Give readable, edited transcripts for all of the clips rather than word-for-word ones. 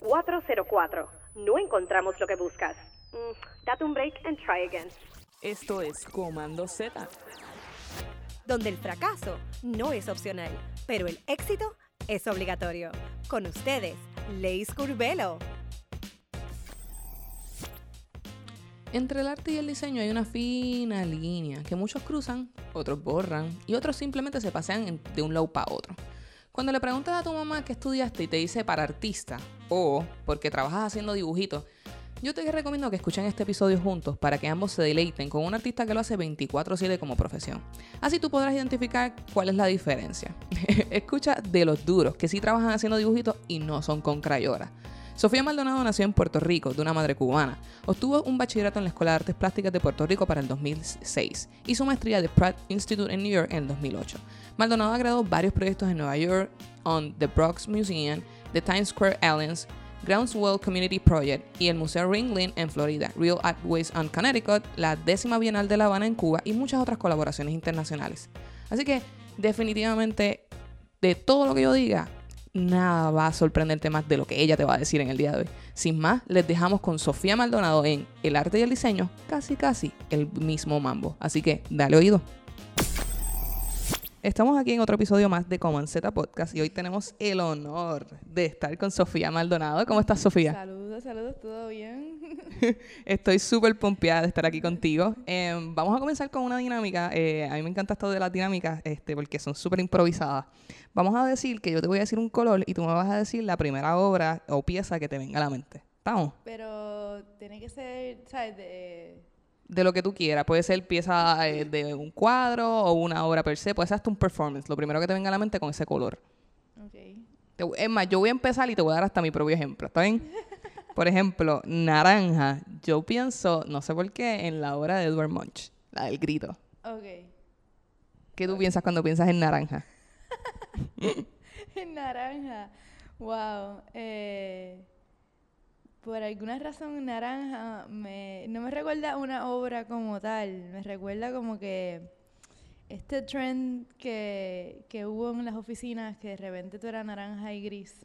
404. No encontramos lo que buscas. Date un break and try again. Esto es Comando Z. Donde el fracaso no es opcional, pero el éxito es obligatorio. Con ustedes, Leis Curvelo. Entre el arte y el diseño hay una fina línea que muchos cruzan, otros borran y otros simplemente se pasean de un lado para otro. Cuando le preguntas a tu mamá qué estudiaste y te dice para artista o porque trabajas haciendo dibujitos, yo te recomiendo que escuchen este episodio juntos para que ambos se deleiten con un artista que lo hace 24/7 como profesión. Así tú podrás identificar cuál es la diferencia. Escucha de los duros que sí trabajan haciendo dibujitos y no son con crayolas. Sofía Maldonado nació en Puerto Rico, de una madre cubana. Obtuvo un bachillerato en la Escuela de Artes Plásticas de Puerto Rico para el 2006 y su maestría de Pratt Institute en New York en el 2008. Maldonado ha creado varios proyectos en Nueva York, on the Bronx Museum, the Times Square Alliance, Groundswell Community Project y el Museo Ringling en Florida, Real Artways on Connecticut, la 10ª Bienal de La Habana en Cuba y muchas otras colaboraciones internacionales. Así que definitivamente de todo lo que yo diga, nada va a sorprenderte más de lo que ella te va a decir en el día de hoy. Sin más, les dejamos con Sofía Maldonado en El arte y el diseño, casi el mismo mambo. Así que dale oído. Estamos aquí en otro episodio más de Comando Z Podcast y hoy tenemos el honor de estar con Sofía Maldonado. ¿Cómo estás, Sofía? Saludos, ¿todo bien? Estoy súper pompeada de estar aquí contigo. Vamos a comenzar con una dinámica. A mí me encanta esto de las dinámicas porque son súper improvisadas. Vamos a decir que yo te voy a decir un color y tú me vas a decir la primera obra o pieza que te venga a la mente. ¿Estamos? Pero tiene que ser, ¿sabes? De lo que tú quieras. Puede ser pieza de un cuadro o una obra per se. Puede ser hasta un performance. Lo primero que te venga a la mente con ese color. Ok. Es más, yo voy a empezar y te voy a dar hasta mi propio ejemplo. ¿Está bien? Por ejemplo, naranja. Yo pienso, no sé por qué, en la obra de Edvard Munch. La del grito. Ok. ¿Qué tú piensas cuando piensas en naranja? En naranja. Wow. Por alguna razón naranja no me recuerda una obra como tal. Me recuerda como que este trend que hubo en las oficinas que de repente tú eras naranja y gris.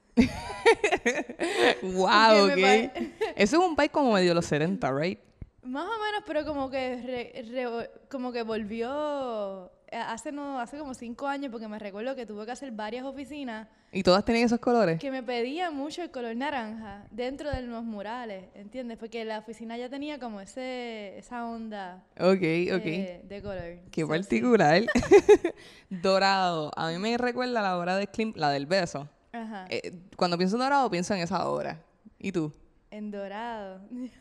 Wow, ok. Eso es un país como medio de los 70, ¿right? Más o menos, pero como que como que volvió hace como 5 años, porque me recuerdo que tuve que hacer varias oficinas ¿Y todas tenían esos colores? que me pedían mucho el color naranja dentro de los murales, ¿entiendes? Porque la oficina ya tenía como esa onda Ok. de color. Qué So, particular. Dorado. A mí me recuerda la obra de Klimt, la del beso. Ajá. Cuando pienso en dorado, pienso en esa obra. ¿Y tú? En dorado.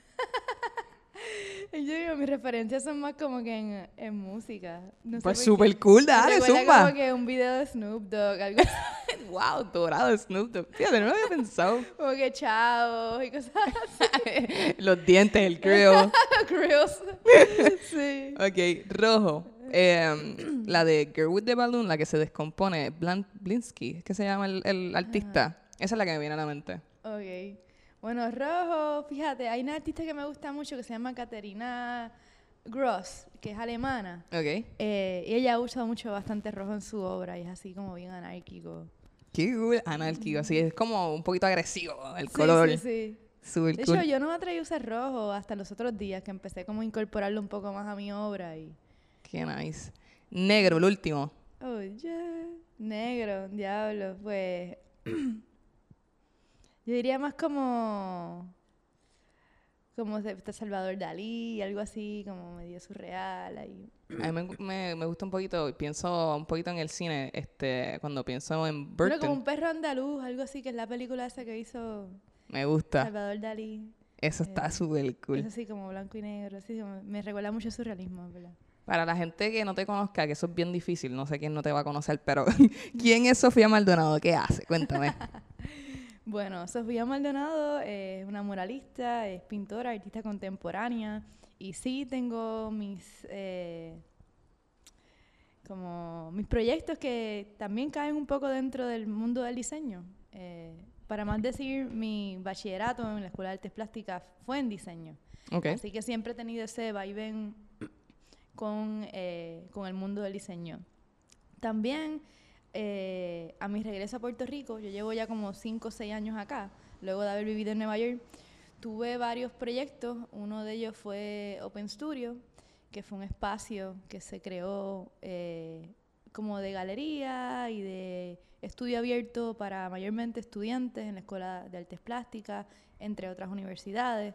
Yo digo, mis referencias son más como que en música. No sé Pues por súper qué. cool, dale, Me recuerda zumba. como que un video de Snoop Dogg, algo así. Wow, dorado Snoop Dogg. Fíjate, no lo había pensado. Como que chavos y cosas así. Los dientes, el grill. Grills. Sí. Ok, rojo. La de Girl with the Balloon, la que se descompone. Blinsky, ¿qué se llama el artista? Esa es la que me viene a la mente. Ok. Bueno, rojo, fíjate, hay una artista que me gusta mucho que se llama Katharina Gross, que es alemana. Ok. Y ella usa bastante rojo en su obra y es así como bien anárquico. Qué cool. Anárquico, así es como un poquito agresivo el color. Sí. Súper De cool. hecho, yo no me atreví a usar rojo hasta los otros días que empecé como a incorporarlo un poco más a mi obra y... Qué nice. Negro, el último. Oh, yeah. Negro, diablo, pues... Yo diría más como Salvador Dalí, algo así, como medio surreal. Ahí. A mí me gusta un poquito, pienso un poquito en el cine, cuando pienso en Bueno, Burton. como un perro andaluz, algo así, que es la película esa que hizo Me gusta. Salvador Dalí. Eso está súper cool. Es así como blanco y negro, así me recuerda mucho surrealismo, ¿verdad? Para la gente que no te conozca, que eso es bien difícil, no sé quién no te va a conocer, pero ¿quién es Sofía Maldonado? ¿Qué hace? Cuéntame. Bueno, Sofía Maldonado es una muralista, es pintora, artista contemporánea y sí tengo mis proyectos que también caen un poco dentro del mundo del diseño. Para más decir, mi bachillerato en la Escuela de Artes Plásticas fue en diseño. Okay. Así que siempre he tenido ese vaivén con el mundo del diseño. También a mi regreso a Puerto Rico, yo llevo ya como 5 o 6 años acá, luego de haber vivido en Nueva York, tuve varios proyectos. Uno de ellos fue Open Studio, que fue un espacio que se creó como de galería y de estudio abierto para mayormente estudiantes en la Escuela de Artes Plásticas, entre otras universidades.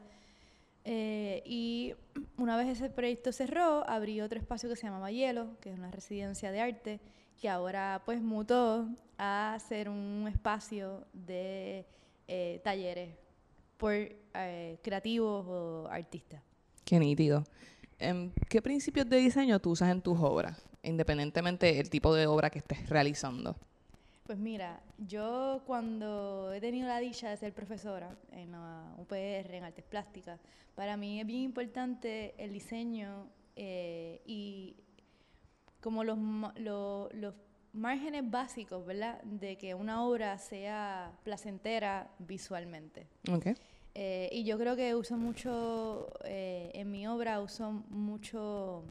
Y una vez ese proyecto cerró, abrí otro espacio que se llamaba Hielo, que es una residencia de arte, que ahora pues mutó a ser un espacio de talleres por creativos o artistas. Qué nítido. ¿Qué principios de diseño tú usas en tus obras, independientemente del tipo de obra que estés realizando? Pues mira, yo cuando he tenido la dicha de ser profesora en la UPR, en Artes Plásticas, para mí es bien importante el diseño y como los márgenes básicos, ¿verdad? De que una obra sea placentera visualmente. Okay. Y yo creo que uso mucho, en mi obra uso mucho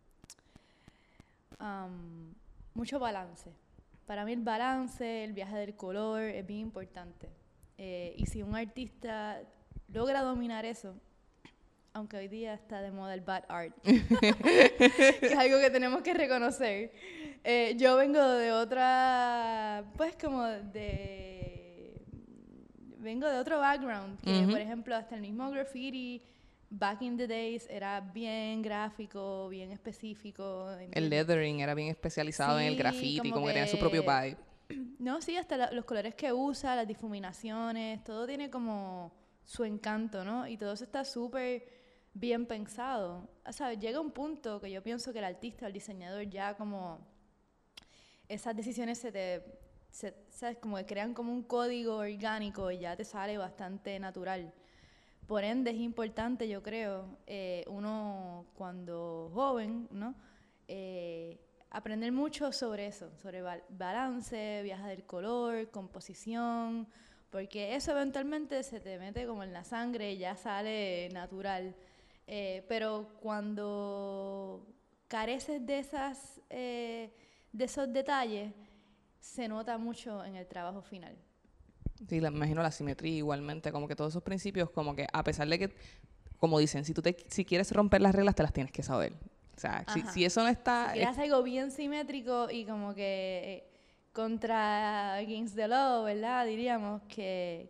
balance. Para mí el balance, el viaje del color es bien importante. Y si un artista logra dominar eso, aunque hoy día está de moda el bad art, que es algo que tenemos que reconocer. Yo vengo de otra, pues como vengo de otro background, que por ejemplo hasta el mismo graffiti, back in the days, era bien gráfico, bien específico. ¿Entiendes? El lettering era bien especializado en el graffiti, como que tenía su propio vibe. No, sí, hasta los colores que usa, las difuminaciones, todo tiene como su encanto, ¿no? Y todo eso está súper bien pensado. O sea, llega un punto que yo pienso que el artista, el diseñador, ya como esas decisiones ¿sabes? Como que crean como un código orgánico y ya te sale bastante natural. Por ende, es importante, yo creo, uno cuando joven, ¿no? Aprender mucho sobre eso, sobre balance, viaje del color, composición, porque eso eventualmente se te mete como en la sangre y ya sale natural. Pero cuando careces de esos detalles, se nota mucho en el trabajo final. Sí, me imagino la simetría igualmente, como que todos esos principios, como que a pesar de que, como dicen, si quieres romper las reglas, te las tienes que saber. O sea, si eso no está... Si quieres algo bien simétrico y como que against the law, ¿verdad? Diríamos que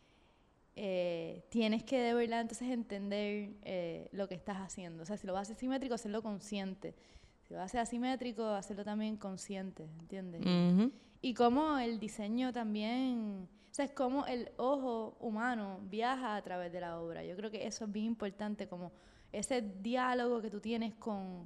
tienes que de verdad entonces entender lo que estás haciendo. O sea, si lo vas a hacer simétrico, hacerlo consciente. Si lo vas a hacer asimétrico, hacerlo también consciente, ¿entiendes? Y cómo el diseño también... O sea, es como el ojo humano viaja a través de la obra. Yo creo que eso es bien importante, como ese diálogo que tú tienes con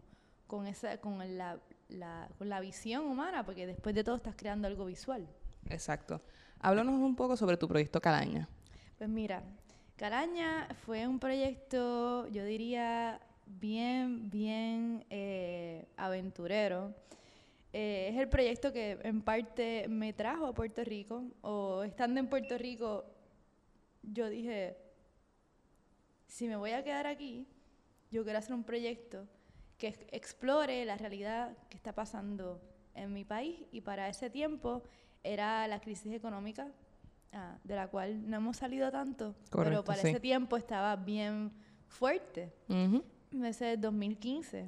la visión humana, porque después de todo estás creando algo visual. Exacto. Háblanos un poco sobre tu proyecto Calaña. Pues mira, Calaña fue un proyecto, yo diría, bien aventurero. Es el proyecto que en parte me trajo a Puerto Rico, o estando en Puerto Rico, yo dije, si me voy a quedar aquí, yo quiero hacer un proyecto que explore la realidad que está pasando en mi país, y para ese tiempo era la crisis económica, de la cual no hemos salido tanto. Correcto, pero para ese tiempo estaba bien fuerte, ese 2015.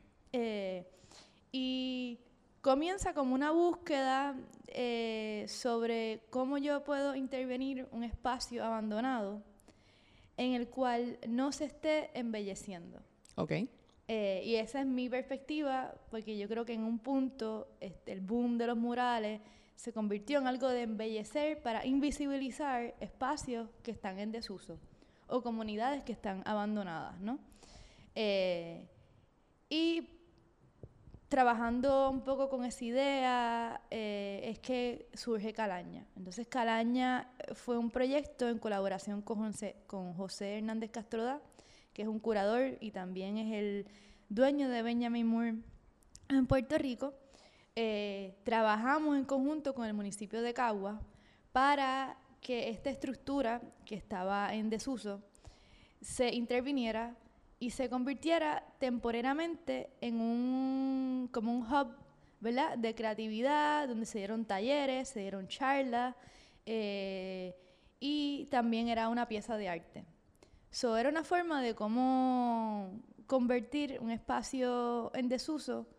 Y comienza como una búsqueda sobre cómo yo puedo intervenir un espacio abandonado en el cual no se esté embelleciendo. Okay. Y esa es mi perspectiva, porque yo creo que en un punto el boom de los murales se convirtió en algo de embellecer para invisibilizar espacios que están en desuso o comunidades que están abandonadas, ¿no? Y trabajando un poco con esa idea, es que surge Calaña. Entonces, Calaña fue un proyecto en colaboración con José Hernández Castrodá, que es un curador y también es el dueño de Benjamin Moore en Puerto Rico. Trabajamos en conjunto con el municipio de Caguas para que esta estructura que estaba en desuso se interviniera y se convirtiera temporariamente en como un hub ¿verdad? De creatividad, donde se dieron talleres, se dieron charlas, y también era una pieza de arte. So, era una forma de cómo convertir un espacio en desuso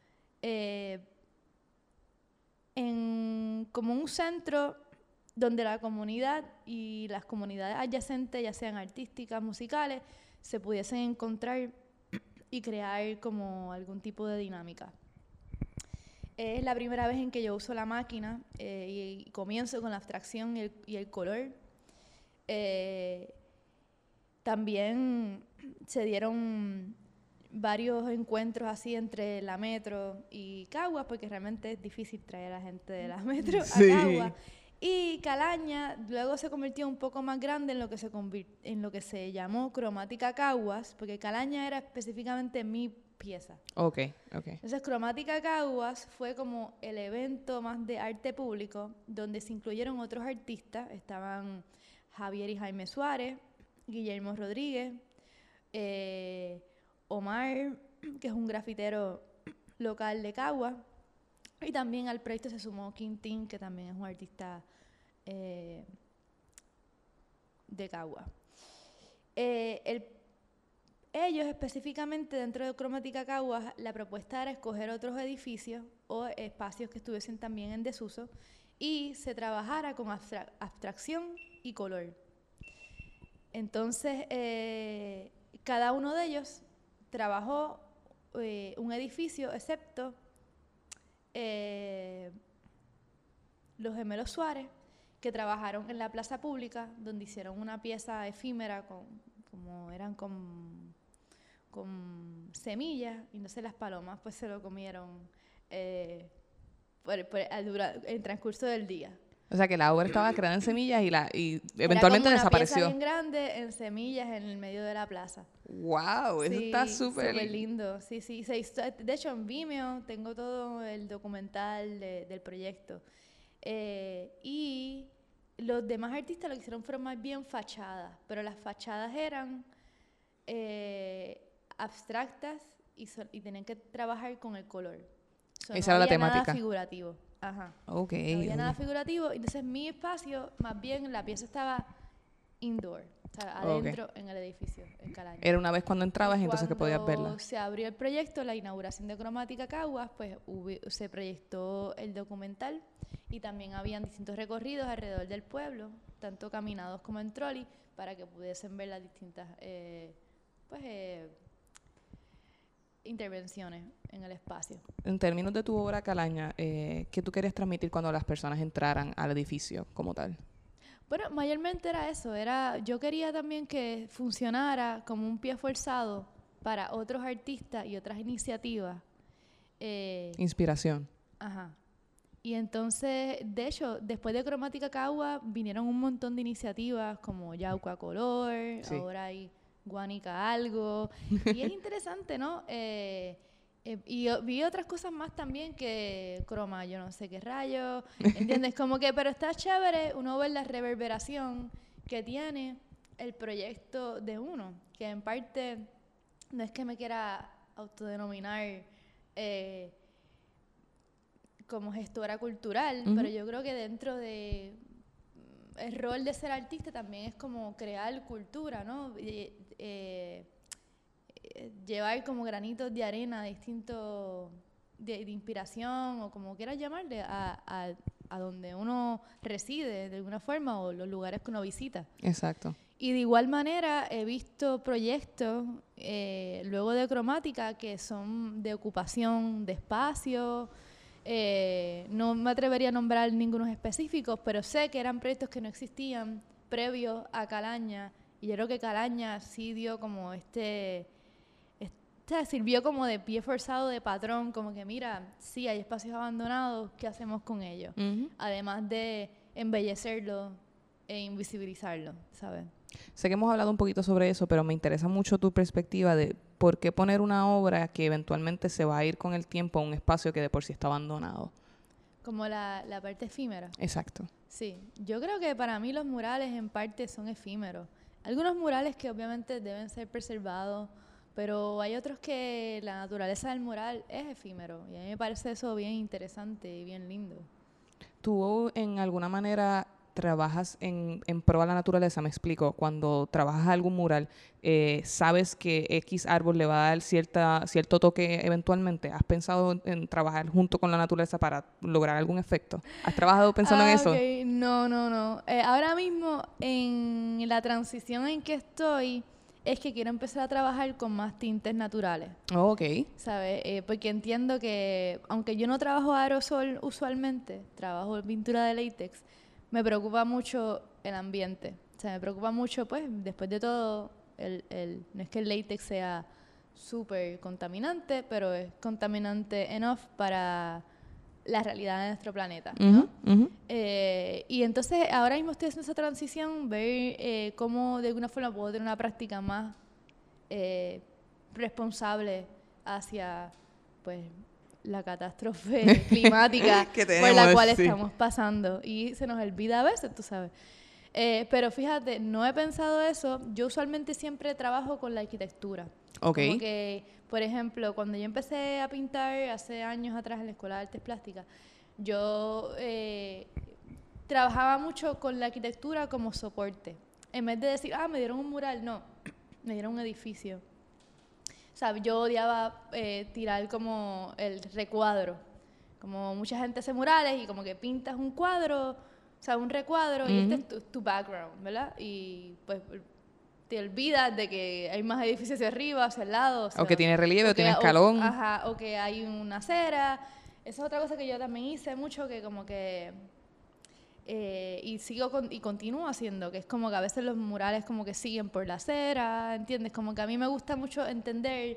en como un centro donde la comunidad y las comunidades adyacentes, ya sean artísticas, musicales, se pudiesen encontrar y crear como algún tipo de dinámica. Es la primera vez en que yo uso la máquina y comienzo con la abstracción y el color. También se dieron varios encuentros así entre la Metro y Caguas, porque realmente es difícil traer a la gente de la Metro a Caguas. Y Calaña luego se convirtió un poco más grande en lo que se llamó Cromática Caguas, porque Calaña era específicamente mi pieza. Ok. Entonces, Cromática Caguas fue como el evento más de arte público, donde se incluyeron otros artistas. Estaban Javier y Jaime Suárez, Guillermo Rodríguez, Omar, que es un grafitero local de Caguas, y también al proyecto se sumó Quintín, que también es un artista de Caguas. Ellos específicamente dentro de Cromática Caguas, la propuesta era escoger otros edificios o espacios que estuviesen también en desuso y se trabajara con abstracción y color. Entonces, cada uno de ellos trabajó un edificio, excepto los gemelos Suárez, que trabajaron en la plaza pública, donde hicieron una pieza efímera con semillas, y entonces las palomas pues se lo comieron en el transcurso del día. O sea, que la obra estaba creada en semillas y eventualmente desapareció. Era como una pieza bien grande en semillas en el medio de la plaza. ¡Wow! Eso está súper lindo. Sí. De hecho, en Vimeo tengo todo el documental del proyecto. Y los demás artistas lo que hicieron fueron más bien fachadas, pero las fachadas eran abstractas y tenían que trabajar con el color. Esa era la temática. Nada figurativo. Ajá. Okay. No había nada figurativo. Entonces, mi espacio, más bien, la pieza estaba indoor, o sea, adentro en el edificio, en Calaña. Era una vez cuando entrabas y entonces que podías verla. Cuando se abrió el proyecto, la inauguración de Cromática Caguas, pues se proyectó el documental y también habían distintos recorridos alrededor del pueblo, tanto caminados como en trolley, para que pudiesen ver las distintas intervenciones en el espacio. En términos de tu obra, Calaña, ¿qué tú querías transmitir cuando las personas entraran al edificio como tal? Bueno, mayormente era eso. Yo quería también que funcionara como un pie forzado para otros artistas y otras iniciativas. Inspiración. Ajá. Y entonces, de hecho, después de Cromática Cagua vinieron un montón de iniciativas como Yauca Color, sí. Ahora hay Guánica Algo. Y es interesante, ¿no? Y vi otras cosas más también que croma, yo no sé qué rayo, ¿entiendes? Como que, pero está chévere uno ver la reverberación que tiene el proyecto de uno, que en parte no es que me quiera autodenominar como gestora cultural, pero yo creo que dentro de el rol de ser artista también es como crear cultura, ¿no? Llevar como granitos de arena distintos de inspiración o como quieras llamarle a donde uno reside de alguna forma o los lugares que uno visita. Exacto. Y de igual manera he visto proyectos luego de Cromática que son de ocupación de espacio. No me atrevería a nombrar ningunos específicos, pero sé que eran proyectos que no existían previos a Calaña y yo creo que Calaña sí dio como sirvió como de pie forzado de patrón, como que mira, sí hay espacios abandonados, ¿qué hacemos con ellos? Además de embellecerlo e invisibilizarlo, ¿sabes? Sé que hemos hablado un poquito sobre eso, pero me interesa mucho tu perspectiva de por qué poner una obra que eventualmente se va a ir con el tiempo a un espacio que de por sí está abandonado. Como la parte efímera. Exacto. Sí, yo creo que para mí los murales en parte son efímeros. Algunos murales que obviamente deben ser preservados Pero hay otros que la naturaleza del mural es efímero. Y a mí me parece eso bien interesante y bien lindo. ¿Tú en alguna manera trabajas en pro a la naturaleza? Me explico. Cuando trabajas algún mural, ¿sabes que X árbol le va a dar cierto toque eventualmente? ¿Has pensado en trabajar junto con la naturaleza para lograr algún efecto? ¿Has trabajado pensando en eso? Ok. No. Ahora mismo, en la transición en que estoy, es que quiero empezar a trabajar con más tintes naturales. Oh, ok. ¿Sabes? Porque entiendo que, aunque yo no trabajo aerosol usualmente, trabajo en pintura de látex, me preocupa mucho el ambiente. O sea, me preocupa mucho, pues, después de todo, no es que el látex sea súper contaminante, pero es contaminante enough para la realidad de nuestro planeta, ¿no? Y entonces, ahora mismo estoy haciendo esa transición, ver cómo de alguna forma puedo tener una práctica más responsable hacia, pues, la catástrofe climática Que por la tenemos, cual sí. estamos pasando. Y se nos olvida a veces, tú sabes. Pero fíjate, no he pensado eso. Yo usualmente siempre trabajo con la arquitectura. Ok. Como que, por ejemplo, cuando yo empecé a pintar hace años atrás en la Escuela de Artes Plásticas, yo trabajaba mucho con la arquitectura como soporte. En vez de decir, me dieron un mural, no, me dieron un edificio. O sea, yo odiaba tirar como el recuadro. Como mucha gente hace murales y como que pintas un cuadro, o sea, un recuadro, y este es tu background, ¿verdad? Y pues te olvidas de que hay más edificios hacia arriba, hacia el lado. O que tiene relieve, o tiene escalón. O que hay una acera. Esa es otra cosa que yo también hice mucho, que como que... y continúo haciendo, que es como que a veces los murales como que siguen por la acera, ¿entiendes? Como que a mí me gusta mucho entender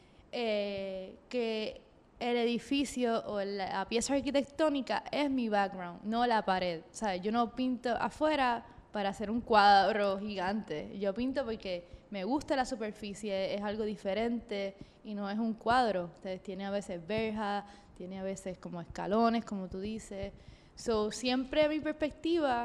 que el edificio o la pieza arquitectónica es mi background, no la pared. O sea, yo no pinto afuera para hacer un cuadro gigante. Yo pinto porque me gusta la superficie, es algo diferente y no es un cuadro. Entonces, tiene a veces verjas, tiene a veces como escalones, como tú dices. So, siempre mi perspectiva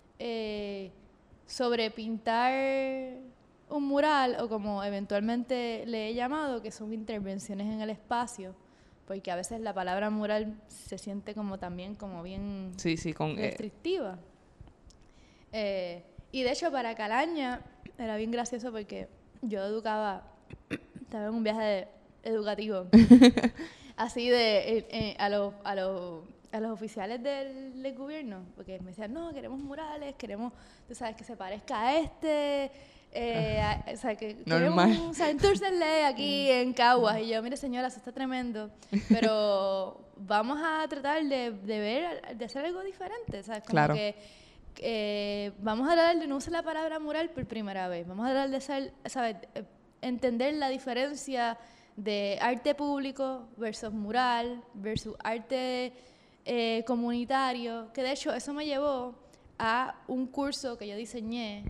sobre pintar un mural, o como eventualmente le he llamado, que son intervenciones en el espacio, porque a veces la palabra mural se siente como también como bien restrictiva. Y de hecho para Calaña era bien gracioso porque yo estaba en un viaje educativo, así a los oficiales del gobierno, porque me decían, no, queremos murales, queremos, tú sabes, que se parezca a este, o sea, que normal. queremos un Santurce aquí en Caguas. Y yo, mire señora, eso está tremendo, pero vamos a tratar de hacer algo diferente, ¿sabes? Como claro. que vamos a tratar de no usar la palabra mural por primera vez, vamos a tratar de ¿sabes? Entender la diferencia de arte público versus mural, versus arte comunitario, que de hecho eso me llevó a un curso que yo diseñé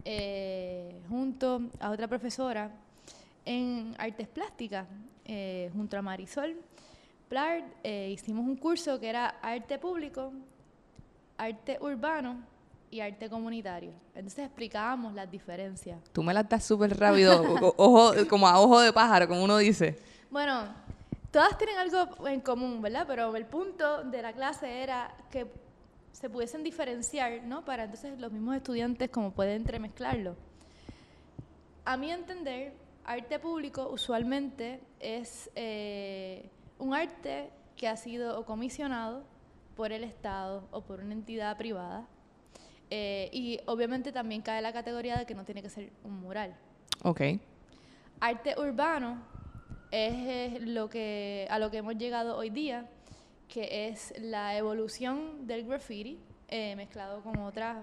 junto a otra profesora en artes plásticas, junto a Marisol Plard. Hicimos un curso que era arte público, arte urbano y arte comunitario. Entonces explicábamos las diferencias. Tú me las das súper rápido, como a ojo de pájaro, como uno dice. Bueno, todas tienen algo en común, ¿verdad? Pero el punto de la clase era que se pudiesen diferenciar, ¿no? Para entonces los mismos estudiantes como pueden entremezclarlo. A mi entender, arte público usualmente es un arte que ha sido o comisionado por el Estado o por una entidad privada. Y obviamente también cae la categoría de que no tiene que ser un mural. Ok. Arte urbano es a lo que hemos llegado hoy día, que es la evolución del graffiti mezclado con otras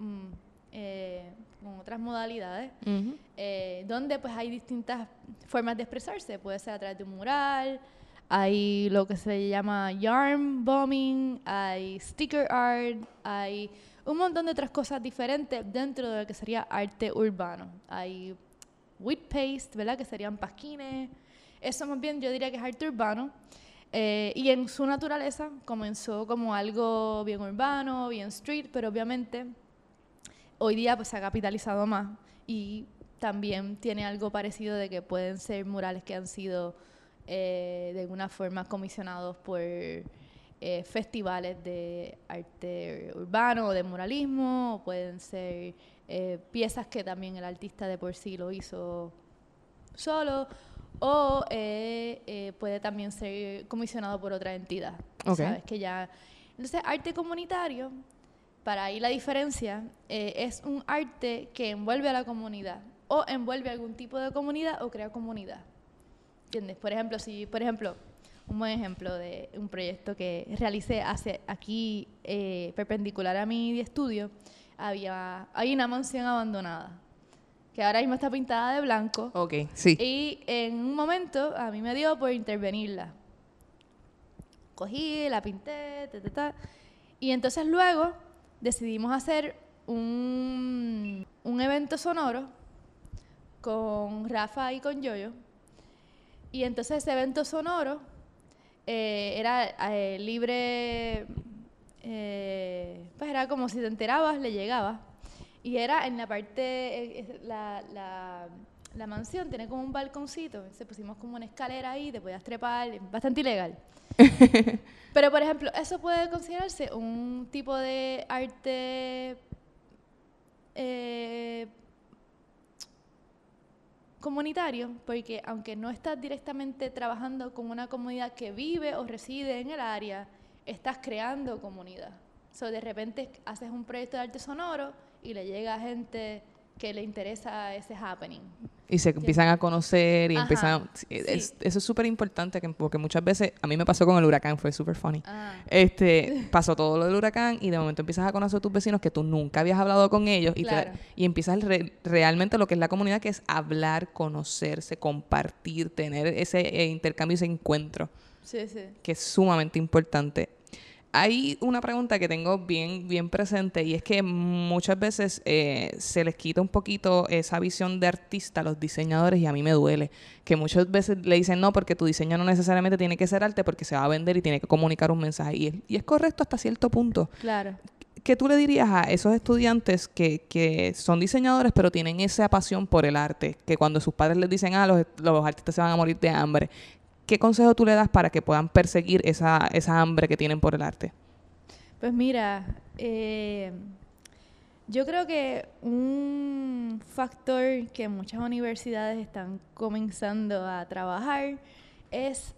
modalidades, donde pues hay distintas formas de expresarse. Puede ser a través de un mural, hay lo que se llama yarn bombing, hay sticker art, hay un montón de otras cosas diferentes dentro de lo que sería arte urbano. Hay wheat paste, ¿verdad? Que serían pasquines. Eso más bien yo diría que es arte urbano. Y en su naturaleza comenzó como algo bien urbano, bien street, pero obviamente hoy día pues se ha capitalizado más y también tiene algo parecido de que pueden ser murales que han sido de alguna forma comisionados por festivales de arte urbano o de muralismo, o pueden ser piezas que también el artista de por sí lo hizo solo, o puede también ser comisionado por otra entidad. Ok. ¿Sabes? Que ya... Entonces, arte comunitario, para ahí la diferencia, es un arte que envuelve a la comunidad, o envuelve algún tipo de comunidad, o crea comunidad. ¿Entiendes? Por ejemplo, un buen ejemplo de un proyecto que realicé aquí, perpendicular a mi estudio, hay una mansión abandonada, que ahora mismo está pintada de blanco. Ok, sí. Y en un momento a mí me dio por intervenirla. Cogí, la pinté, y entonces luego decidimos hacer un evento sonoro con Rafa y con Yoyo. Y entonces ese evento sonoro era libre, pues era como si te enterabas, le llegaba. Y era en la parte, la mansión tiene como un balconcito, entonces pusimos como una escalera ahí, te podías trepar, bastante ilegal. Pero, por ejemplo, eso puede considerarse un tipo de arte comunitario, porque aunque no estás directamente trabajando con una comunidad que vive o reside en el área, estás creando comunidad. So, de repente haces un proyecto de arte sonoro y le llega a gente que le interesa ese happening. Y se empiezan a conocer y Ajá, empiezan... sí. Eso es súper importante porque muchas veces... A mí me pasó con el huracán, fue súper funny. Ah. Pasó todo lo del huracán y de momento empiezas a conocer a tus vecinos que tú nunca habías hablado con ellos Claro. y empiezas realmente lo que es la comunidad, que es hablar, conocerse, compartir, tener ese intercambio, ese encuentro, Sí, sí. que es sumamente importante. Hay una pregunta que tengo bien, bien presente, y es que muchas veces se les quita un poquito esa visión de artista a los diseñadores, y a mí me duele que muchas veces le dicen no, porque tu diseño no necesariamente tiene que ser arte porque se va a vender y tiene que comunicar un mensaje, y es correcto hasta cierto punto. Claro. ¿Qué tú le dirías a esos estudiantes que son diseñadores pero tienen esa pasión por el arte, que cuando sus padres les dicen los artistas se van a morir de hambre? ¿Qué consejo tú le das para que puedan perseguir esa hambre que tienen por el arte? Pues mira, yo creo que un factor que muchas universidades están comenzando a trabajar es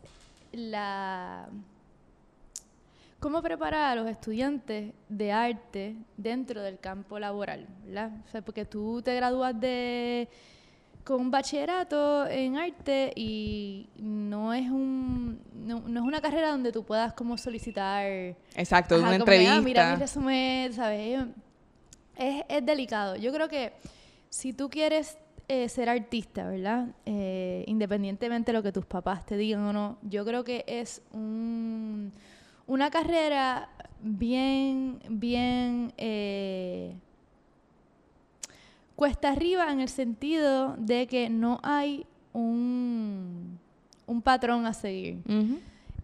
cómo preparar a los estudiantes de arte dentro del campo laboral, ¿verdad? O sea, porque tú te gradúas con un bachillerato en arte y no es una carrera donde tú puedas como solicitar... Exacto, una como entrevista. mira mi resumen, ¿sabes? Es delicado. Yo creo que si tú quieres ser artista, ¿verdad? Independientemente de lo que tus papás te digan o no, yo creo que es una carrera bien cuesta arriba, en el sentido de que no hay un patrón a seguir. Uh-huh.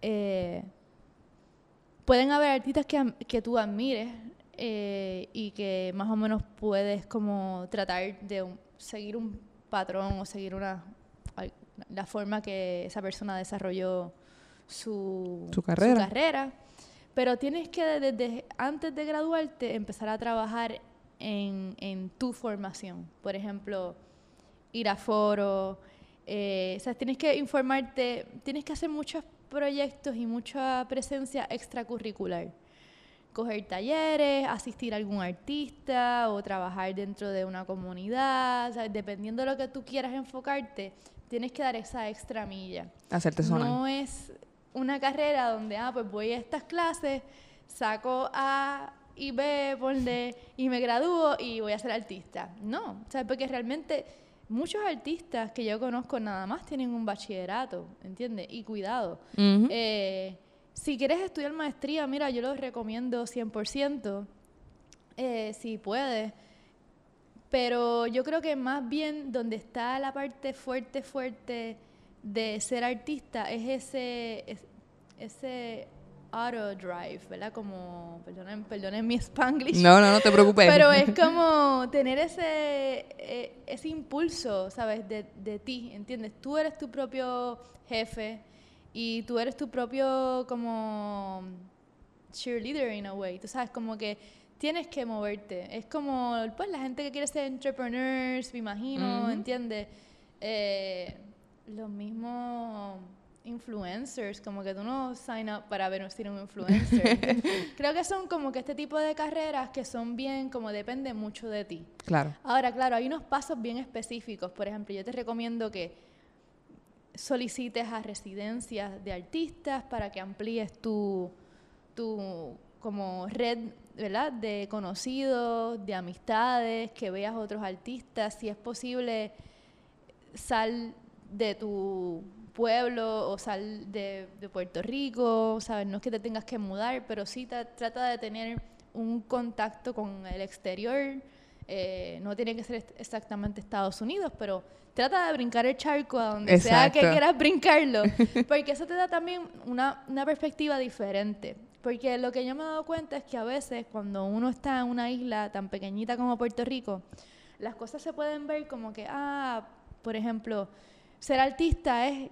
Pueden haber artistas que tú admires y que más o menos puedes como tratar de seguir un patrón o seguir la forma que esa persona desarrolló su carrera. Pero tienes que desde antes de graduarte empezar a trabajar en tu formación. Por ejemplo, ir a foros, o sea, tienes que informarte, tienes que hacer muchos proyectos y mucha presencia extracurricular. Coger talleres, asistir a algún artista o trabajar dentro de una comunidad. O sea, dependiendo de lo que tú quieras enfocarte, tienes que dar esa extra milla. Hacerte sonar. No es una carrera donde, pues voy a estas clases, saco A y B, ponle, y me gradúo y voy a ser artista. No, o sea, porque realmente muchos artistas que yo conozco nada más tienen un bachillerato, ¿entiendes? Y cuidado. Uh-huh. Si quieres estudiar maestría, mira, yo lo recomiendo 100%, si puedes. Pero yo creo que más bien donde está la parte fuerte de ser artista es ese auto drive, ¿verdad? Como, perdonen mi Spanglish. No te preocupes. Pero es como tener ese impulso, ¿sabes? De ti, ¿entiendes? Tú eres tu propio jefe y tú eres tu propio como cheerleader in a way. Tú sabes, como que tienes que moverte. Es como, pues, la gente que quiere ser entrepreneurs, me imagino, ¿entiendes? Los mismos influencers, como que tú no sign up para ser un influencer. Creo que son como que este tipo de carreras que son bien, como depende mucho de ti. Claro. Ahora, claro, hay unos pasos bien específicos. Por ejemplo, yo te recomiendo que solicites a residencias de artistas para que amplíes tu como red, ¿verdad? De conocidos, de amistades, que veas otros artistas. Si es posible, sal de tu pueblo o sal de Puerto Rico, ¿sabes? No es que te tengas que mudar, pero sí trata de tener un contacto con el exterior. No tiene que ser exactamente Estados Unidos, pero trata de brincar el charco a donde sea que quieras brincarlo, porque eso te da también una perspectiva diferente. Porque lo que yo me he dado cuenta es que a veces cuando uno está en una isla tan pequeñita como Puerto Rico, las cosas se pueden ver como que, por ejemplo, ser artista es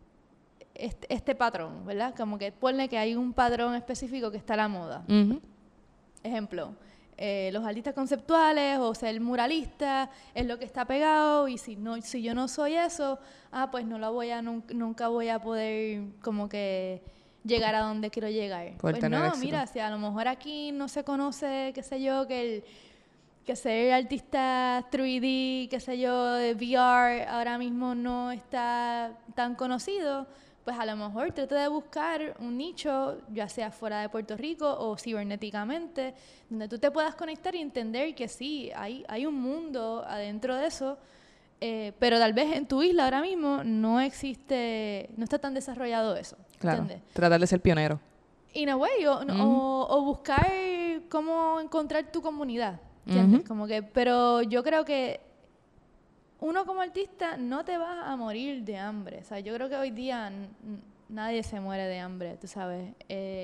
este patrón, ¿verdad? Como que ponle que hay un patrón específico que está a la moda. Ejemplo, los artistas conceptuales o ser muralista es lo que está pegado, y si yo no soy eso, pues nunca voy a poder como que llegar a donde quiero llegar. Pues no, éxito. Mira, si a lo mejor aquí no se conoce, qué sé yo, que ser artista 3D, qué sé yo, de VR ahora mismo no está tan conocido, pues a lo mejor trata de buscar un nicho, ya sea fuera de Puerto Rico o cibernéticamente, donde tú te puedas conectar y entender que sí, hay un mundo adentro de eso, pero tal vez en tu isla ahora mismo no está tan desarrollado eso. Claro, ¿entiendes? Tratar de ser pionero. In a way, o buscar cómo encontrar tu comunidad, ¿entiendes? Como que, pero yo creo que uno como artista no te vas a morir de hambre. O sea, yo creo que hoy día nadie se muere de hambre, tú sabes.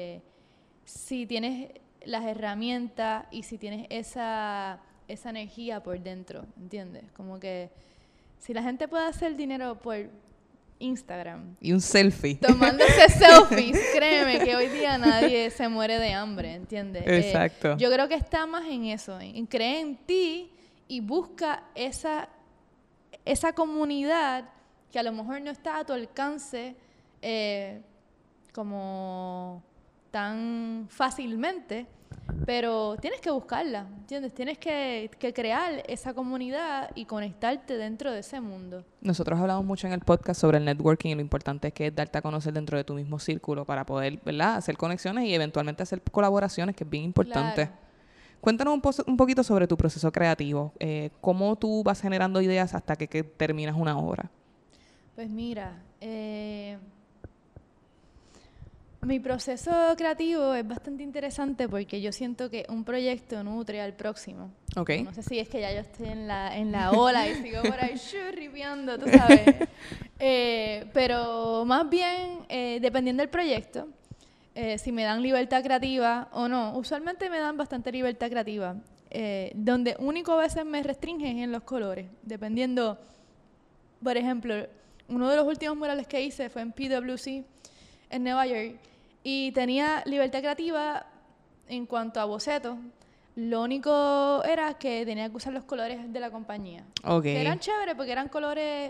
Si tienes las herramientas y si tienes esa energía por dentro, ¿entiendes? Como que si la gente puede hacer dinero por Instagram y un selfie tomándose selfies, créeme que hoy día nadie se muere de hambre, ¿entiendes? Exacto. Yo creo que está más en eso, en creer en ti y busca esa comunidad que a lo mejor no está a tu alcance como tan fácilmente, pero tienes que buscarla, ¿entiendes? Tienes que crear esa comunidad y conectarte dentro de ese mundo. Nosotros hablamos mucho en el podcast sobre el networking y lo importante que es darte a conocer dentro de tu mismo círculo para poder, ¿verdad?, hacer conexiones y eventualmente hacer colaboraciones, que es bien importante. Claro. Cuéntanos un poquito sobre tu proceso creativo. ¿Cómo tú vas generando ideas hasta que terminas una obra? Pues mira, mi proceso creativo es bastante interesante porque yo siento que un proyecto nutre al próximo. Okay. No sé si es que ya yo estoy en la ola y sigo por ahí ripiando, tú sabes. Pero más bien, dependiendo del proyecto, si me dan libertad creativa o no. Usualmente me dan bastante libertad creativa. Donde único a veces me restringen en los colores. Dependiendo, por ejemplo, uno de los últimos murales que hice fue en PwC, en Nueva York, y tenía libertad creativa en cuanto a bocetos. Lo único era que tenía que usar los colores de la compañía. Okay. Que eran chéveres porque eran colores,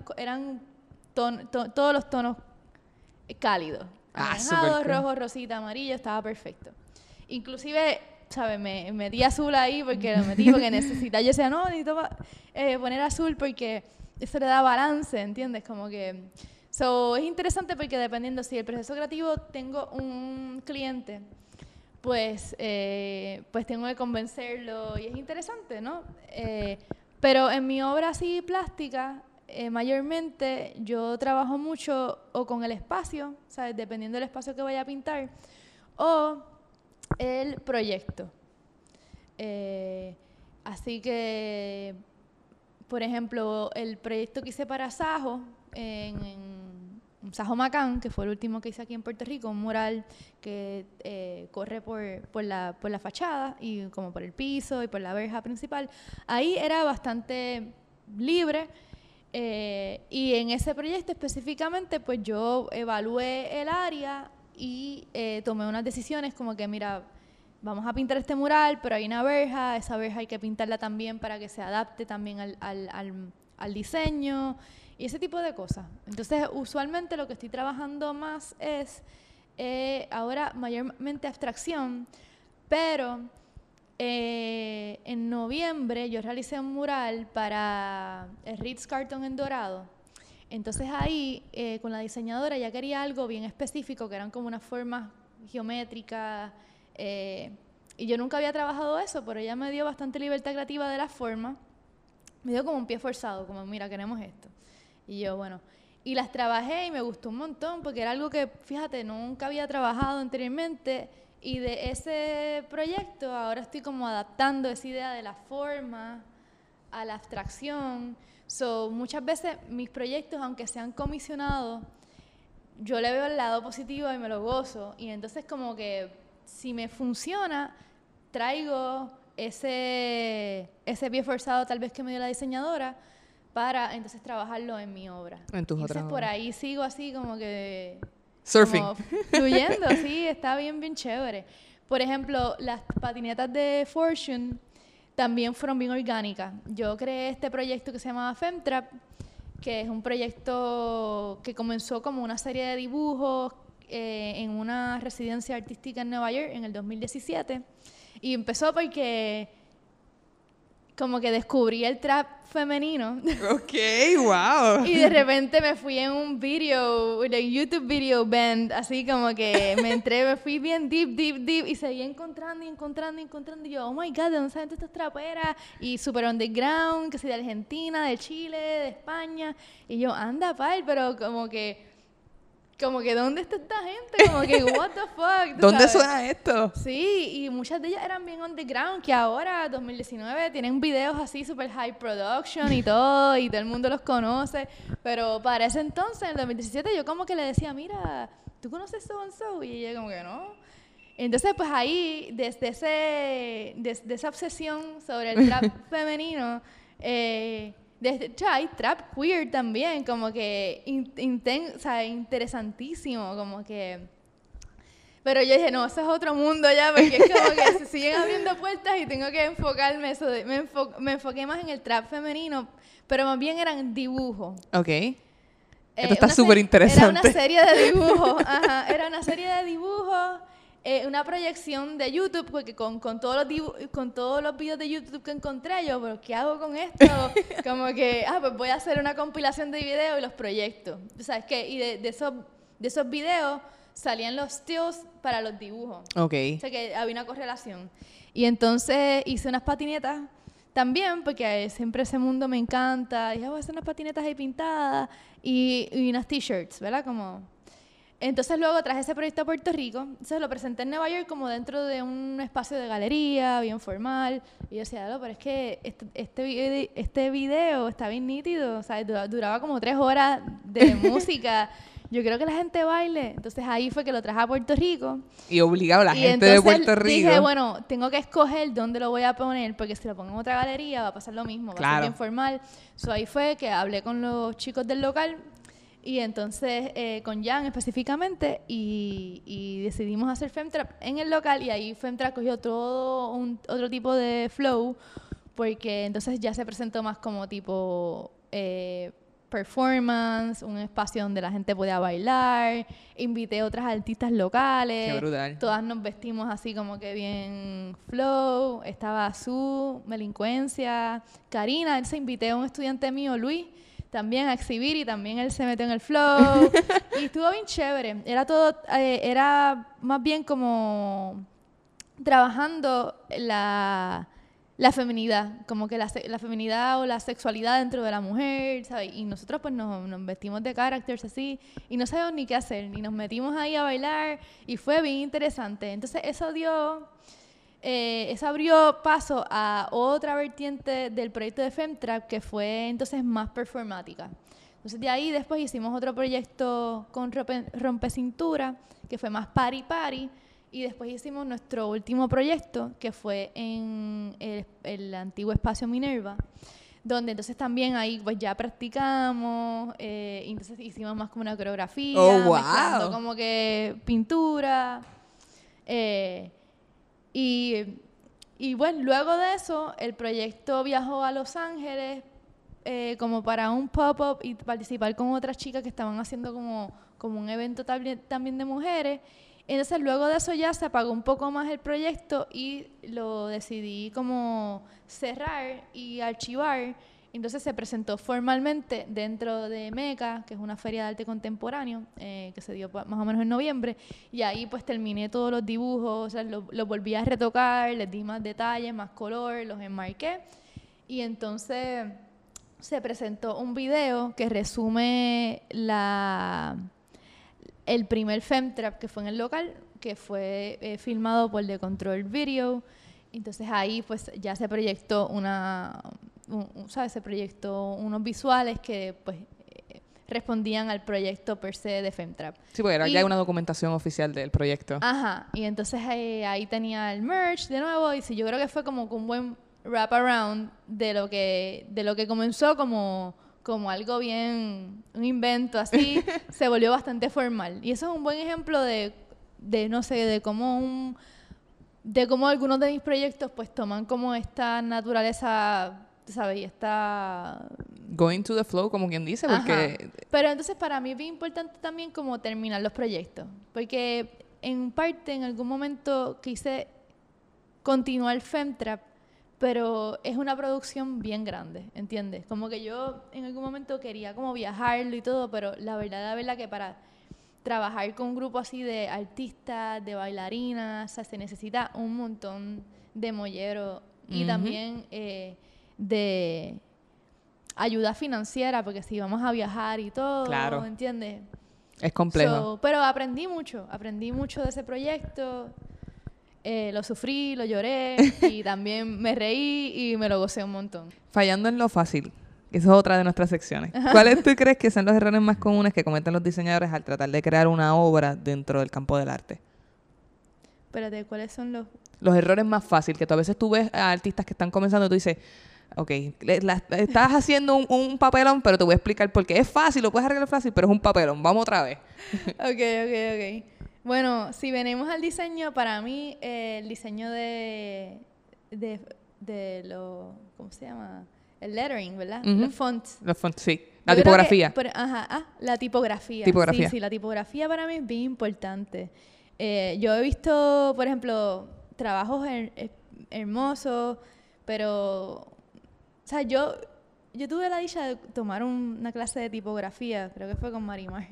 todos los tonos cálidos. Anaranjado, rojo, rosita, amarillo, estaba perfecto. Inclusive, ¿sabes? Me metí azul ahí porque lo metí porque necesitaba. Yo decía, no, necesito poner azul porque eso le da balance, ¿entiendes? Como que... es interesante porque dependiendo si el proceso creativo tengo un cliente, pues tengo que convencerlo y es interesante, ¿no? Pero en mi obra así plástica, mayormente yo trabajo mucho o con el espacio, ¿sabes? Dependiendo del espacio que vaya a pintar, o el proyecto. Así que, por ejemplo, el proyecto que hice para Sajo, Sajomacán, que fue el último que hice aquí en Puerto Rico, un mural que corre por la fachada y como por el piso y por la verja principal. Ahí era bastante libre. Y en ese proyecto específicamente, pues yo evalué el área y tomé unas decisiones como que, mira, vamos a pintar este mural, pero hay una verja, esa verja hay que pintarla también para que se adapte también al diseño y ese tipo de cosas. Entonces, usualmente lo que estoy trabajando más es ahora mayormente abstracción, pero en noviembre yo realicé un mural para el Ritz-Carlton en Dorado. Entonces ahí, con la diseñadora, ya quería algo bien específico, que eran como unas formas geométricas, y yo nunca había trabajado eso, pero ella me dio bastante libertad creativa de la forma. Me dio como un pie forzado, como, mira, queremos esto. Y yo, bueno, y las trabajé y me gustó un montón, porque era algo que, fíjate, nunca había trabajado anteriormente. Y de ese proyecto ahora estoy como adaptando esa idea de la forma a la abstracción. Muchas veces mis proyectos, aunque sean comisionados, yo le veo el lado positivo y me lo gozo. Y entonces como que si me funciona, traigo ese pie forzado tal vez que me dio la diseñadora para entonces trabajarlo en mi obra. En tus entonces otras por obras. ahí sigo así como que... Surfing. Como fluyendo, sí, está bien chévere. Por ejemplo, las patinetas de Fortune también fueron bien orgánicas. Yo creé este proyecto que se llamaba Femtrap, que es un proyecto que comenzó como una serie de dibujos en una residencia artística en Nueva York en el 2017. Y empezó porque como que descubrí el trap femenino. Ok, wow. Y de repente me fui en un YouTube video band, así como que me fui bien deep, y seguí encontrando. Y yo, oh my God, ¿de dónde salen todas estas traperas? Y super underground, que soy de Argentina, de Chile, de España. Y yo, anda, pal, pero como que, ¿dónde está esta gente? Como que, what the fuck? ¿Dónde ¿sabes? suena esto? Sí, y muchas de ellas eran bien underground, que ahora, 2019, tienen videos así super high production y todo el mundo los conoce. Pero para ese entonces, en el 2017, yo como que le decía, mira, ¿tú conoces So and So? Y ella como que no. Entonces, pues ahí, desde esa obsesión sobre el trap femenino, hay trap queer también, como que interesantísimo, como que... Pero yo dije, no, eso es otro mundo ya, porque es como que se siguen abriendo puertas y tengo que enfocarme eso. Me enfoqué más en el trap femenino, pero más bien eran dibujos. Ok. Esto está súper interesante. Era una serie de dibujos, era una serie de dibujos, una proyección de YouTube, porque con todos los videos de YouTube que encontré yo, pero ¿qué hago con esto? Como que, pues voy a hacer una compilación de videos y los proyecto. O sea, y de esos videos salían los stills para los dibujos. Ok. O sea, que había una correlación. Y entonces hice unas patinetas también, porque siempre ese mundo me encanta. Dije, voy a hacer unas patinetas ahí pintadas y unas t-shirts, ¿verdad? Entonces luego traje ese proyecto a Puerto Rico. Entonces lo presenté en Nueva York como dentro de un espacio de galería, bien formal. Y yo decía, pero es que este video está bien nítido. O sea, duraba como 3 horas de música. Yo creo que la gente baile. Entonces ahí fue que lo traje a Puerto Rico. Y obligado a la gente de Puerto Rico. Dije, bueno, tengo que escoger dónde lo voy a poner, porque si lo pongo en otra galería va a pasar lo mismo, va a ser bien formal. Ahí fue que hablé con los chicos del local y entonces con Jan específicamente y decidimos hacer Femtrap en el local, y ahí Femtrap cogió otro tipo de flow, porque entonces ya se presentó más como tipo... performance, un espacio donde la gente podía bailar, invité a otras artistas locales. Qué brutal. Todas nos vestimos así como que bien flow. Estaba Azul, Melincuencia, Karina. Entonces invité a un estudiante mío, Luis, también a exhibir, y también él se metió en el flow. Y estuvo bien chévere. Era más bien como trabajando la feminidad, como que la feminidad o la sexualidad dentro de la mujer, ¿sabes? Y nosotros pues nos vestimos de characters así y no sabíamos ni qué hacer, ni nos metimos ahí a bailar, y fue bien interesante. Entonces eso abrió paso a otra vertiente del proyecto de Femtrap, que fue entonces más performática. Entonces de ahí después hicimos otro proyecto con Rompecintura, que fue más party, y después hicimos nuestro último proyecto, que fue en el antiguo espacio Minerva, donde entonces también ahí pues ya practicamos, y entonces hicimos más como una coreografía, mezclando como que pintura, y bueno, luego de eso el proyecto viajó a Los Ángeles como para un pop-up y participar con otras chicas que estaban haciendo como un evento también de mujeres. Entonces luego de eso ya se apagó un poco más el proyecto y lo decidí como cerrar y archivar. Entonces se presentó formalmente dentro de MECA, que es una feria de arte contemporáneo, que se dio más o menos en noviembre, y ahí pues terminé todos los dibujos, o sea, los volví a retocar, les di más detalles, más color, los enmarqué, y entonces se presentó un video que resume el primer Femtrap que fue en el local, que fue filmado por The Control Video. Entonces ahí pues ya se proyectó se proyectó unos visuales que pues respondían al proyecto per se de Femtrap. Sí, porque era ya una documentación oficial del proyecto. Ajá, y entonces ahí tenía el merch de nuevo, y sí, yo creo que fue como un buen wrap around de lo que comenzó como algo bien, un invento así, se volvió bastante formal. Y eso es un buen ejemplo de no sé, de cómo algunos de mis proyectos pues toman como esta naturaleza, ¿sabes? Y esta... Going to the flow, como quien dice, porque... Ajá. Pero entonces para mí es bien importante también como terminar los proyectos, porque en parte en algún momento quise continuar Femtrap, pero es una producción bien grande, ¿entiendes? Como que yo en algún momento quería como viajarlo y todo, pero la verdad que para trabajar con un grupo así de artistas, de bailarinas, o sea, se necesita un montón de mollero y también de ayuda financiera, porque si vamos a viajar y todo, claro, ¿entiendes? Es complejo. Pero aprendí mucho de ese proyecto. Lo sufrí, lo lloré y también me reí y me lo gocé un montón. Fallando en lo fácil. Esa es otra de nuestras secciones. ¿Cuáles tú crees que son los errores más comunes que cometen los diseñadores al tratar de crear una obra dentro del campo del arte? Espérate, ¿cuáles son los errores más fáciles? Que tú a veces tú ves a artistas que están comenzando y tú dices, ok, estás haciendo un papelón, pero te voy a explicar por qué. Es fácil, lo puedes arreglar fácil, pero es un papelón. Vamos otra vez. Ok. Bueno, si venimos al diseño, para mí el diseño de lo... ¿Cómo se llama? El lettering, ¿verdad? Los fonts. Los fonts, sí. La tipografía. La tipografía. Tipografía. Sí, la tipografía para mí es bien importante. Yo he visto, por ejemplo, trabajos hermosos, pero... O sea, yo tuve la dicha de tomar una clase de tipografía, creo que fue con Marimar.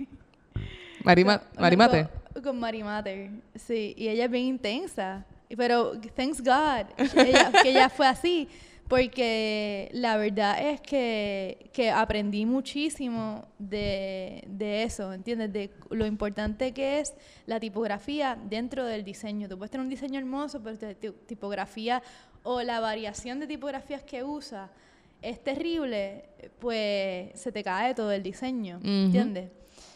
¿Marimate? Con Marimater, sí. Y ella es bien intensa. Pero, thanks God, que ella fue así. Porque la verdad es que aprendí muchísimo de eso, ¿entiendes? De lo importante que es la tipografía dentro del diseño. Tú puedes tener un diseño hermoso, pero tu tipografía o la variación de tipografías que usas es terrible, pues se te cae todo el diseño, ¿entiendes?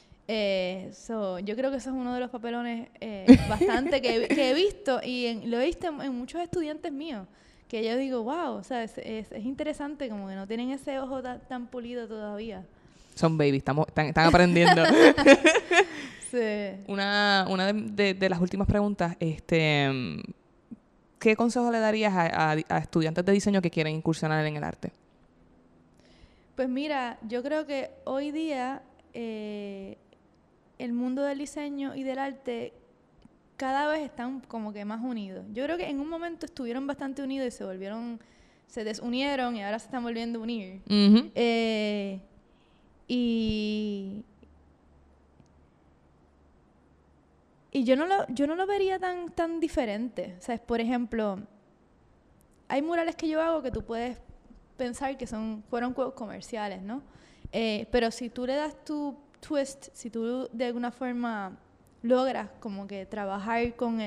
Yo creo que eso es uno de los papelones bastante que he visto y lo he visto en muchos estudiantes míos, que yo digo, wow, o sea, es interesante, como que no tienen ese ojo tan pulido todavía. Son babies, están aprendiendo. Sí. Una de las últimas preguntas, ¿qué consejo le darías a estudiantes de diseño que quieren incursionar en el arte? Pues mira, yo creo que hoy día el mundo del diseño y del arte cada vez están como que más unidos. Yo creo que en un momento estuvieron bastante unidos y se desunieron y ahora se están volviendo a unir. Y yo no lo vería tan diferente. O sea, por ejemplo, hay murales que yo hago que tú puedes pensar que fueron comerciales, ¿no? Pero si tú le das tu twist, si tú de alguna forma logras como que trabajar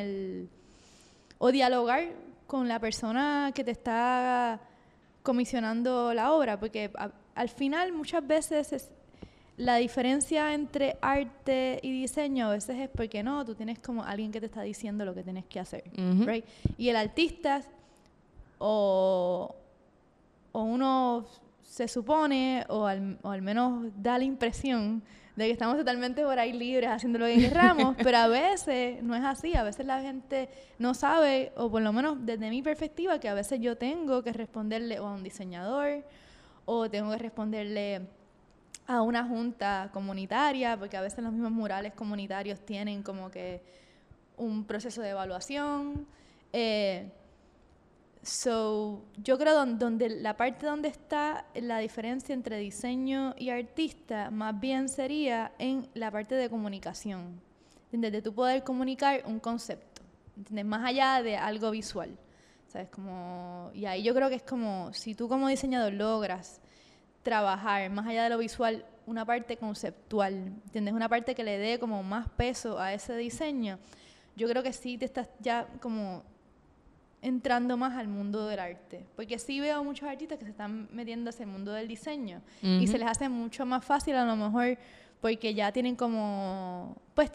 o dialogar con la persona que te está comisionando la obra, porque al final muchas veces la diferencia entre arte y diseño a veces es porque no, tú tienes como alguien que te está diciendo lo que tienes que hacer, right? Y el artista o uno se supone, o al menos da la impresión de que estamos totalmente por ahí libres haciendo lo que queramos, pero a veces no es así, a veces la gente no sabe, o por lo menos desde mi perspectiva, que a veces yo tengo que responderle o a un diseñador, o tengo que responderle a una junta comunitaria, porque a veces los mismos murales comunitarios tienen como que un proceso de evaluación. Yo creo donde la parte donde está la diferencia entre diseño y artista más bien sería en la parte de comunicación, ¿entiendes? De tú poder comunicar un concepto, ¿entiendes? Más allá de algo visual, ¿sabes? Y ahí yo creo que es como si tú como diseñador logras trabajar más allá de lo visual una parte conceptual, ¿entiendes? Una parte que le dé como más peso a ese diseño, yo creo que sí te estás ya como entrando más al mundo del arte, porque sí veo muchos artistas que se están metiendo hacia el mundo del diseño y se les hace mucho más fácil a lo mejor porque ya tienen como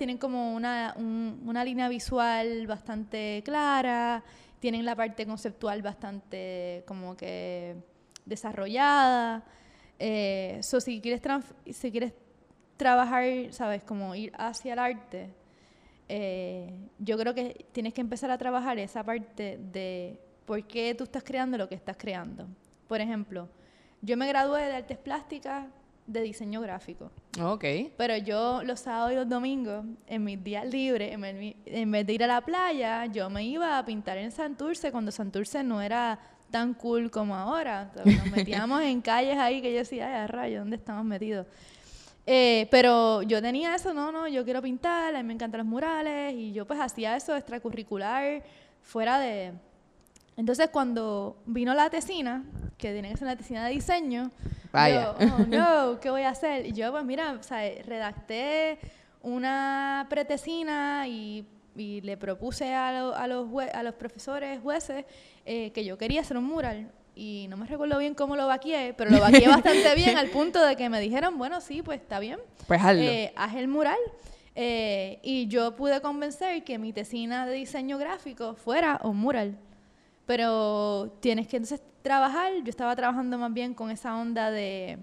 una línea visual bastante clara, tienen la parte conceptual bastante como que desarrollada. Si quieres trabajar, sabes, como ir hacia el arte, yo creo que tienes que empezar a trabajar esa parte de por qué tú estás creando lo que estás creando. Por ejemplo, yo me gradué de artes plásticas de diseño gráfico. Ok. Pero yo los sábados y los domingos, en mis días libres, en vez de ir a la playa, yo me iba a pintar en Santurce, cuando Santurce no era tan cool como ahora. Entonces, nos metíamos en calles ahí que yo decía, ay, a rayos, ¿dónde estamos metidos? Pero yo tenía eso, yo quiero pintar, a mí me encantan los murales, y yo pues hacía eso extracurricular, fuera de... Entonces cuando vino la tesina, que tiene que ser una tesina de diseño, vaya, yo, oh no, ¿qué voy a hacer? Y yo pues mira, o sea, redacté una pretesina y le propuse a los profesores, jueces, que yo quería hacer un mural. Y no me recuerdo bien cómo lo vaqueé, pero lo vaqueé bastante bien al punto de que me dijeron, bueno, sí, pues está bien. Pues hazlo. Haz el mural. Y yo pude convencer que mi tesina de diseño gráfico fuera un mural. Pero tienes que entonces trabajar. Yo estaba trabajando más bien con esa onda de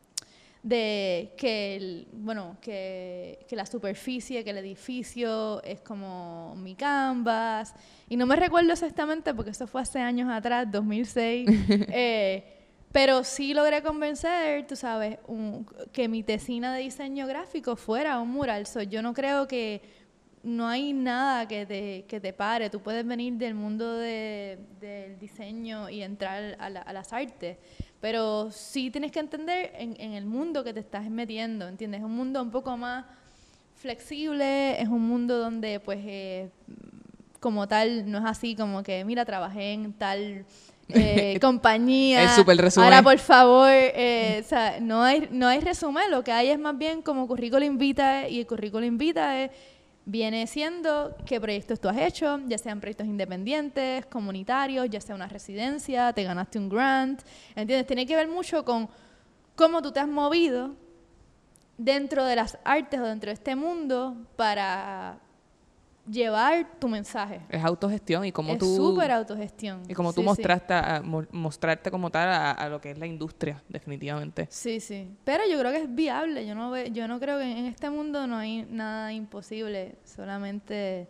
que la superficie, que el edificio es como mi canvas. Y no me recuerdo exactamente porque eso fue hace años atrás, 2006. Pero sí logré convencer, tú sabes, que mi tesina de diseño gráfico fuera un mural. Yo no creo que no hay nada que te pare. Tú puedes venir del mundo del diseño y entrar a las artes. Pero sí tienes que entender en el mundo que te estás metiendo, ¿entiendes? Es un mundo un poco más flexible, es un mundo donde, pues, como tal, no es así como que, mira, trabajé en tal compañía. El súper resumen. Ahora, por favor, o sea, no hay resumen, lo que hay es más bien como currículum vitae, y el currículum vitae viene siendo qué proyectos tú has hecho, ya sean proyectos independientes, comunitarios, ya sea una residencia, te ganaste un grant, ¿entiendes? Tiene que ver mucho con cómo tú te has movido dentro de las artes o dentro de este mundo para llevar tu mensaje. Es autogestión y como es súper autogestión. Y como tú mostrarte como tal a lo que es la industria, definitivamente. Sí, sí. Pero yo creo que es viable. Yo no creo que en este mundo no hay nada imposible. Solamente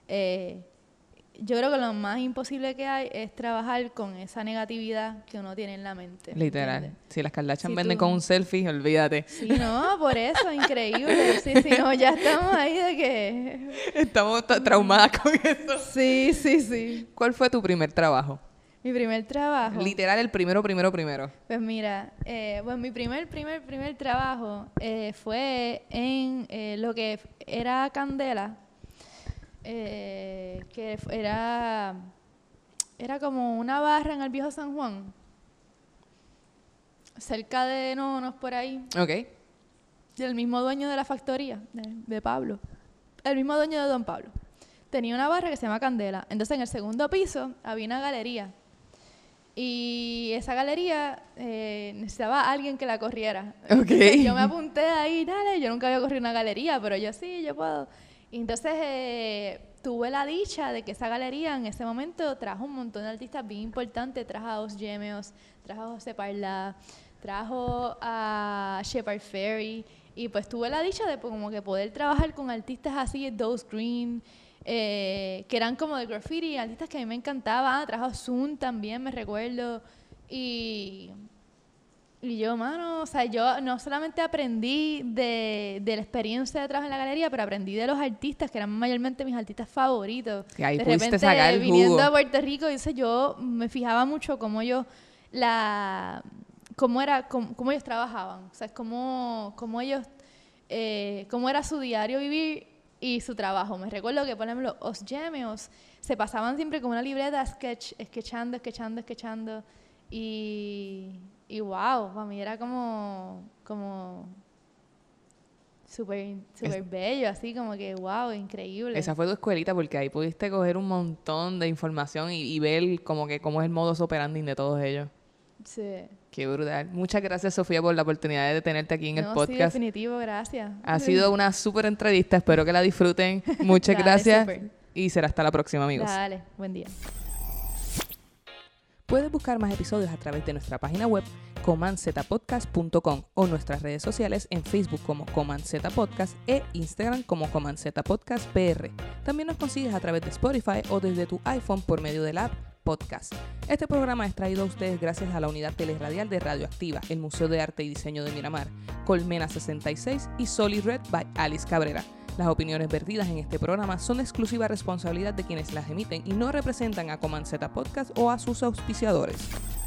yo creo que lo más imposible que hay es trabajar con esa negatividad que uno tiene en la mente. Literal. ¿entiendes? Si las Kardashian venden con un selfie, olvídate. Sí, no, por eso, increíble. Sí, no, ya estamos ahí de que... Estamos traumadas con eso. Sí, sí, sí. ¿Cuál fue tu primer trabajo? Mi primer trabajo. Literal, el primero. Pues mira, mi primer trabajo fue en lo que era Candela, que era como una barra en el viejo San Juan, cerca de Nonos, por ahí. Ok. Del mismo dueño de la factoría, de Pablo. El mismo dueño de Don Pablo. Tenía una barra que se llama Candela. Entonces, en el segundo piso había una galería. Y esa galería necesitaba a alguien que la corriera. Ok. Entonces, yo me apunté ahí, dale, yo nunca había corrido una galería, pero yo sí, yo puedo. Y entonces tuve la dicha de que esa galería en ese momento trajo un montón de artistas bien importantes. Trajo a Os Gemeos, trajo a José Parla, trajo a Shepard Fairey. Y pues tuve la dicha de como que poder trabajar con artistas así, Dose Green, que eran como de graffiti, artistas que a mí me encantaban. Trajo a Zoom también, me recuerdo. Y yo, mano, o sea, yo no solamente aprendí de la experiencia de trabajo en la galería, pero aprendí de los artistas, que eran mayormente mis artistas favoritos. Que ahí de pudiste repente, sacar el viniendo jugo. a Puerto Rico, yo me fijaba mucho cómo ellos cómo ellos trabajaban, o sea, cómo ellos, cómo era su diario vivir y su trabajo. Me recuerdo que, por ejemplo, Os Gemeos se pasaban siempre con una libreta sketchando, y wow, para mí era como súper bello, así como que wow, increíble. Esa fue tu escuelita porque ahí pudiste coger un montón de información y ver como que cómo es el modus operandi de todos ellos. Sí. Qué brutal. Muchas gracias, Sofía, por la oportunidad de tenerte aquí en el Sí, podcast. definitivo, gracias. Ha sido una súper entrevista. Espero que la disfruten. Muchas Dale, gracias. súper. Y será hasta la próxima, amigos. Dale, buen día. Puedes buscar más episodios a través de nuestra página web comanzetapodcast.com o nuestras redes sociales en Facebook como Comanzeta Podcast e Instagram como Comanzeta Podcast PR. También nos consigues a través de Spotify o desde tu iPhone por medio de la app Podcast. Este programa es traído a ustedes gracias a la unidad teleradial de Radioactiva, el Museo de Arte y Diseño de Miramar, Colmena 66 y Solid Red by Alice Cabrera. Las opiniones vertidas en este programa son de exclusiva responsabilidad de quienes las emiten y no representan a Comanzeta Podcast o a sus auspiciadores.